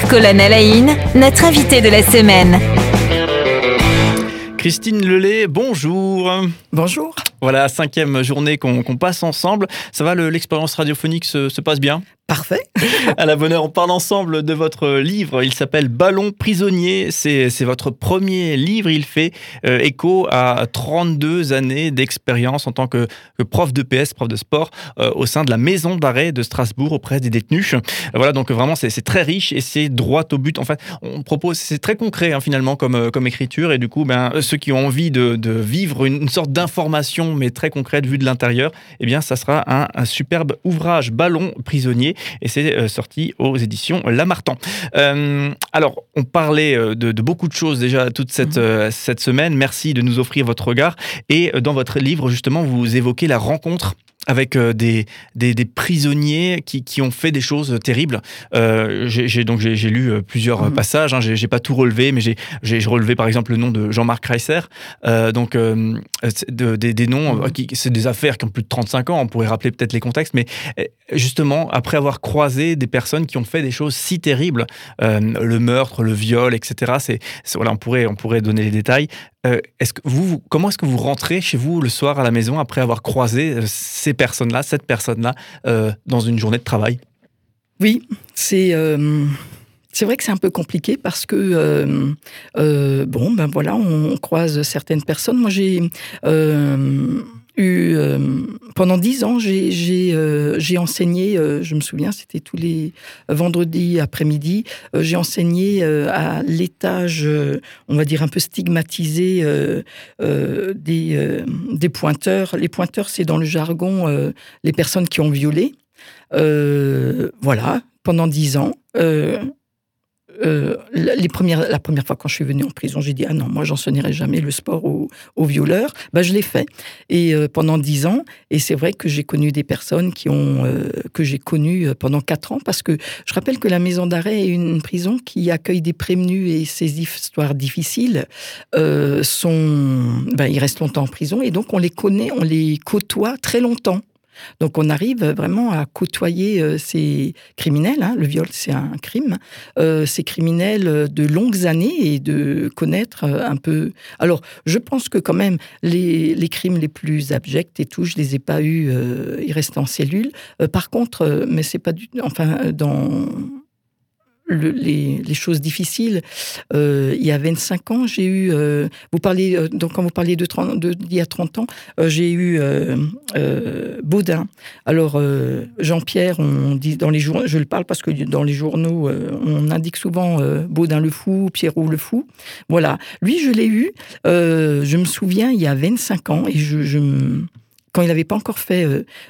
Colonel Haïn, notre invité de la semaine. Christine Lelay, bonjour. Bonjour. Voilà, 5e journée qu'on passe ensemble. Ça va, l'expérience radiophonique se passe bien ? Parfait. À la bonne heure, on parle ensemble de votre livre. Il s'appelle Ballon prisonnier. C'est votre premier livre. Il fait écho à 32 années d'expérience en tant que prof d'EPS, prof de sport, au sein de la maison d'arrêt de Strasbourg auprès des détenus. Voilà, donc vraiment, c'est très riche et c'est droit au but. En fait, on propose, c'est très concret finalement comme écriture. Et du coup, ceux qui ont envie de vivre une sorte d'information, mais très concrète vue de l'intérieur, eh bien, ça sera un superbe ouvrage, Ballon prisonnier. Et c'est sorti aux éditions Lamartan. Alors, on parlait de beaucoup de choses déjà toute cette semaine. Merci de nous offrir votre regard. Et dans votre livre, justement, vous évoquez la rencontre avec des prisonniers qui ont fait des choses terribles. J'ai lu plusieurs passages. J'ai pas tout relevé, mais j'ai relevé par exemple le nom de Jean-Marc Reisser. Des noms, c'est des affaires qui ont plus de 35 ans. On pourrait rappeler peut-être les contextes, mais justement, après avoir croisé des personnes qui ont fait des choses si terribles, le meurtre, le viol, etc. Voilà, on pourrait donner les détails. Comment est-ce que vous rentrez chez vous le soir à la maison après avoir croisé cette personne-là, dans une journée de travail ? Oui, c'est vrai que c'est un peu compliqué parce que on croise certaines personnes. Moi, j'ai pendant 10 ans, j'ai enseigné. Je me souviens, c'était tous les vendredis après-midi. J'ai enseigné à l'étage, on va dire un peu stigmatisé des pointeurs. Les pointeurs, c'est dans le jargon les personnes qui ont violé. Voilà, pendant 10 ans. La première fois quand je suis venue en prison, j'ai dit « Ah non, moi j'enseignerai jamais le sport aux violeurs ». Je l'ai fait. Et pendant 10 ans, et c'est vrai que j'ai connu des personnes que j'ai connues pendant 4 ans, parce que je rappelle que la maison d'arrêt est une prison qui accueille des prévenus et ces histoires difficiles ils restent longtemps en prison et donc on les connaît, on les côtoie très longtemps. Donc on arrive vraiment à côtoyer ces criminels, le viol c'est un crime, ces criminels de longues années et de connaître un peu... Alors je pense que quand même les crimes les plus abjects et tout, je les ai pas eus, ils restent en cellule. Par contre, mais c'est pas dans... Les choses difficiles. Il y a 25 ans, j'ai eu... quand vous parliez d'il y a 30 ans, j'ai eu Baudin. Alors, Jean-Pierre, on dit dans les journaux, je le parle parce que dans les journaux, on indique souvent Baudin le fou, Pierrot le fou. Voilà. Lui, je l'ai eu, je me souviens, il y a 25 ans, et quand il n'avait pas encore fait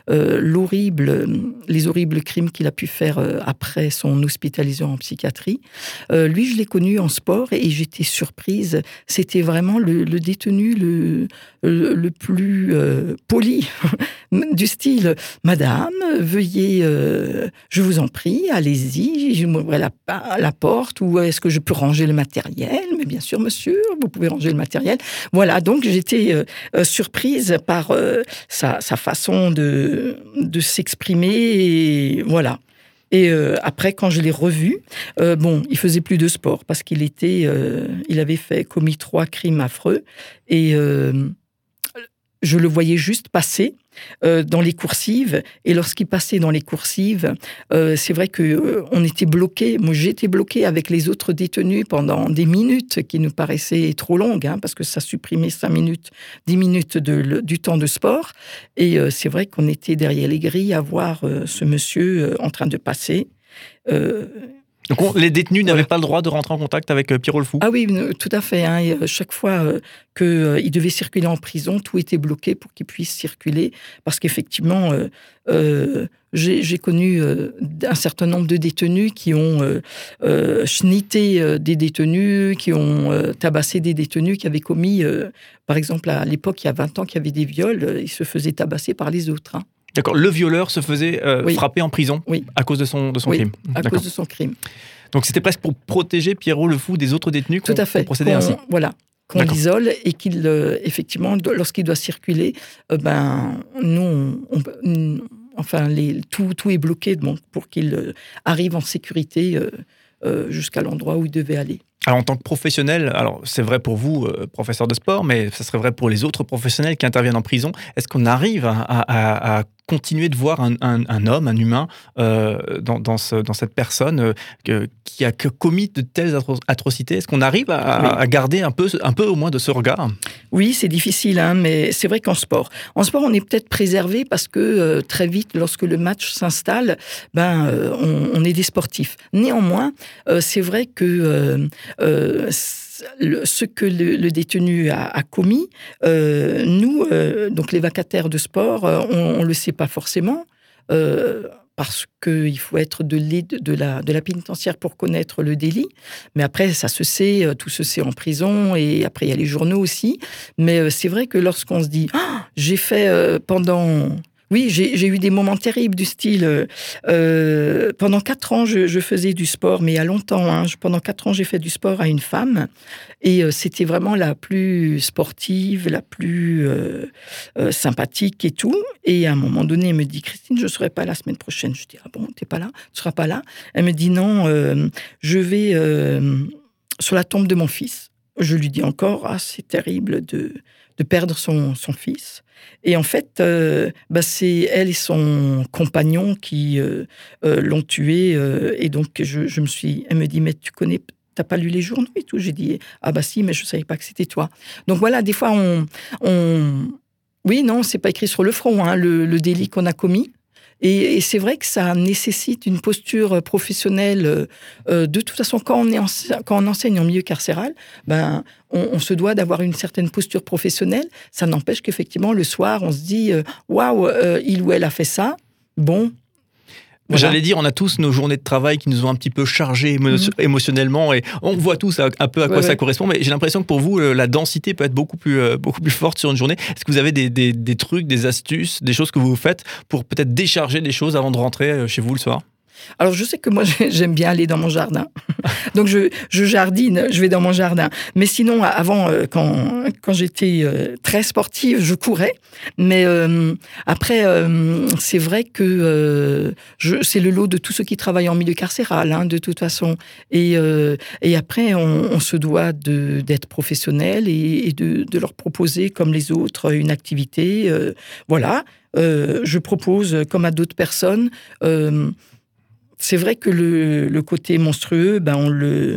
les horribles crimes qu'il a pu faire après son hospitalisation en psychiatrie. Lui, je l'ai connu en sport et j'étais surprise. C'était vraiment le détenu le plus poli, du style « Madame, veuillez, je vous en prie, allez-y, je m'ouvre la porte, ou est-ce que je peux ranger le matériel ?» Mais bien sûr, monsieur, vous pouvez ranger le matériel. Voilà, donc j'étais surprise par... sa façon de s'exprimer, et voilà. Et après, quand je l'ai revu, il faisait plus de sport parce qu'il avait commis 3 crimes affreux, et je le voyais juste passer dans les coursives, et lorsqu'il passait dans les coursives, c'est vrai que on était bloqués. Moi, j'étais bloquée avec les autres détenus pendant des minutes qui nous paraissaient trop longues, parce que ça supprimait 5 minutes, 10 minutes du temps de sport. Et c'est vrai qu'on était derrière les grilles à voir ce monsieur en train de passer. Donc les détenus n'avaient pas le droit de rentrer en contact avec Pierrot le fou ? Ah oui, tout à fait. Chaque fois qu'il devait circuler en prison, tout était bloqué pour qu'il puisse circuler. Parce qu'effectivement, j'ai connu un certain nombre de détenus qui ont schnitté des détenus, qui ont tabassé des détenus qui avaient commis, par exemple, à l'époque, il y a 20 ans, qu'il y avait des viols, ils se faisaient tabasser par les autres. D'accord, le violeur se faisait frapper en prison à cause de son crime. À cause de son crime. Donc c'était presque pour protéger Pierrot le fou des autres détenus qu'on procédait ainsi. Voilà, qu'on l'isole et qu'il, effectivement, lorsqu'il doit circuler, nous, tout est bloqué pour qu'il arrive en sécurité jusqu'à l'endroit où il devait aller. Alors, en tant que professionnel, alors c'est vrai pour vous, professeur de sport, mais ça serait vrai pour les autres professionnels qui interviennent en prison. Est-ce qu'on arrive à continuer de voir un homme, un humain, dans cette personne qui a commis de telles atrocités? Est-ce qu'on arrive à garder un peu au moins de ce regard? Oui, c'est difficile, hein, mais c'est vrai qu'en sport, on est peut-être préservé parce que très vite, lorsque le match s'installe, on est des sportifs. Néanmoins, c'est vrai que ce que le détenu a commis, nous, donc les vacataires de sport, on le sait pas forcément. Parce qu'il faut être de la pénitentiaire pour connaître le délit. Mais après, ça se sait, tout se sait en prison, et après, il y a les journaux aussi. Mais c'est vrai que lorsqu'on se dit « j'ai fait pendant... » Oui, j'ai eu des moments terribles du style... pendant 4 ans, je faisais du sport, mais il y a longtemps. Hein, pendant 4 ans, j'ai fait du sport à une femme. Et c'était vraiment la plus sportive, la plus sympathique et tout. Et à un moment donné, elle me dit « Christine, je ne serai pas là la semaine prochaine. » Je dis « Ah bon, t'es pas là? Tu ne seras pas là ?» Elle me dit « Non, je vais sur la tombe de mon fils. » Je lui dis encore « Ah, c'est terrible de perdre son fils. » Et en fait, c'est elle et son compagnon qui l'ont tué. Et donc, elle me dit « Mais tu connais... T'as pas lu les journaux et tout ?» J'ai dit « Ah si, mais je savais pas que c'était toi. » Donc voilà, des fois, oui, non, c'est pas écrit sur le front, hein, le délit qu'on a commis. Et c'est vrai que ça nécessite une posture professionnelle. De toute façon, quand on enseigne en milieu carcéral, on se doit d'avoir une certaine posture professionnelle. Ça n'empêche qu'effectivement, le soir, on se dit « Waouh, il ou elle a fait ça. » Bon. Voilà. J'allais dire, on a tous nos journées de travail qui nous ont un petit peu chargés émotionnellement, et on voit tous un peu à quoi ça correspond, mais j'ai l'impression que pour vous, la densité peut être beaucoup plus forte sur une journée. Est-ce que vous avez des trucs, des astuces, des choses que vous faites pour peut-être décharger des choses avant de rentrer chez vous le soir? Alors, je sais que moi, j'aime bien aller dans mon jardin. Donc, je jardine, je vais dans mon jardin. Mais sinon, avant, quand j'étais très sportive, je courais. Mais après, c'est vrai que c'est le lot de tous ceux qui travaillent en milieu carcéral, hein, de toute façon. Et après, on se doit d'être professionnel et de leur proposer, comme les autres, une activité. Voilà. Je propose, comme à d'autres personnes... c'est vrai que le côté monstrueux, on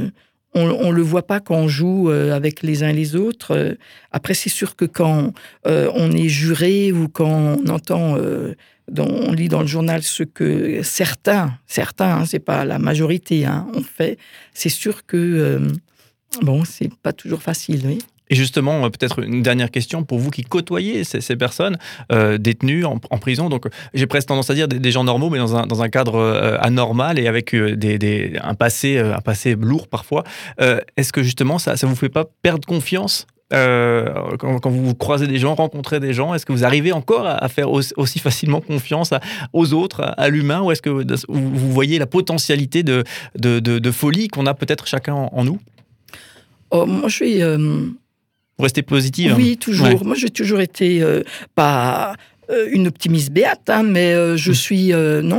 le voit pas quand on joue avec les uns et les autres. Après, c'est sûr que quand on est juré ou quand on entend, on lit dans le journal ce que certains, hein, c'est pas la majorité, hein, ont fait, c'est sûr que c'est pas toujours facile, oui. Et justement, peut-être une dernière question pour vous qui côtoyez ces personnes détenues en prison. Donc, j'ai presque tendance à dire des gens normaux, mais dans un cadre anormal et avec un passé lourd parfois. Est-ce que justement, ça vous fait pas perdre confiance quand vous croisez des gens, rencontrez des gens? Est-ce que vous arrivez encore à faire aussi facilement confiance aux autres, à l'humain, ou est-ce que vous voyez la potentialité de folie qu'on a peut-être chacun en nous? Moi, je suis... Pour rester positive. Oui, toujours. Ouais. Moi, j'ai toujours été pas une optimiste béate, hein, mais je suis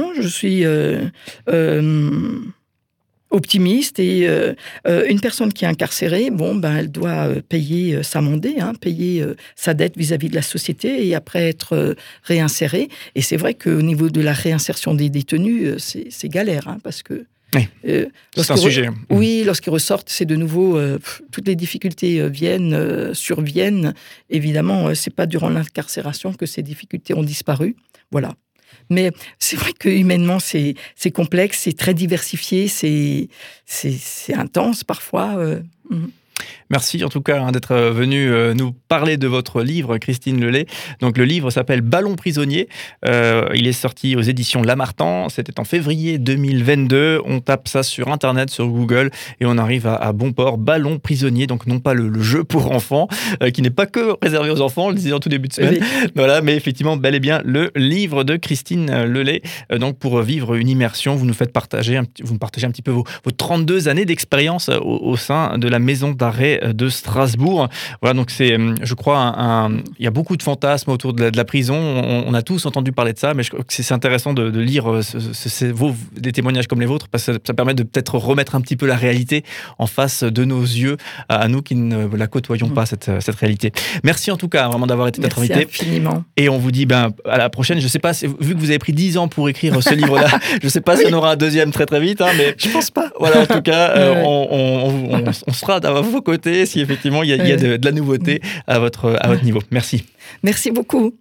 optimiste. Et une personne qui est incarcérée, elle doit payer sa mondée, hein, payer sa dette vis-à-vis de la société et après être réinsérée. Et c'est vrai qu'au niveau de la réinsertion des détenus, c'est galère, hein, parce que oui, c'est un sujet. Oui, lorsqu'ils ressortent, c'est de nouveau, toutes les difficultés surviennent. Évidemment, c'est pas durant l'incarcération que ces difficultés ont disparu. Voilà. Mais c'est vrai que humainement, c'est complexe, c'est très diversifié, c'est intense parfois. Merci en tout cas d'être venu nous parler de votre livre, Christine Lelay. Donc le livre s'appelle Ballon prisonnier. Il est sorti aux éditions Lamartan. C'était en février 2022. On tape ça sur Internet, sur Google, et on arrive à bon port. Ballon prisonnier, donc non pas le jeu pour enfants, qui n'est pas que réservé aux enfants, on le disait en tout début de semaine. Oui. Voilà, mais effectivement, bel et bien le livre de Christine Lelay. Donc pour vivre une immersion, vous nous partagez un petit peu vos 32 années d'expérience au sein de la maison d'arrêt de Strasbourg. Voilà, donc c'est, je crois, il y a beaucoup de fantasmes autour de la prison. On a tous entendu parler de ça, mais je crois que c'est intéressant de lire des témoignages comme les vôtres, parce que ça permet de peut-être remettre un petit peu la réalité en face de nos yeux, à nous qui ne la côtoyons pas, cette réalité. Merci en tout cas, vraiment, d'avoir été notre invité. Merci infiniment. Et on vous dit à la prochaine. Je ne sais pas, vu que vous avez pris 10 ans pour écrire ce livre-là, je ne sais pas si on aura un deuxième très très vite, mais je pense pas. Voilà, en tout cas, on sera à vos côtés si effectivement il y a de la nouveauté à votre niveau. Merci. Merci beaucoup.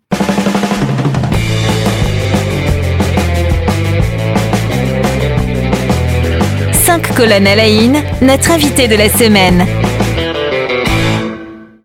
Cinq colonnes à la une, notre invité de la semaine.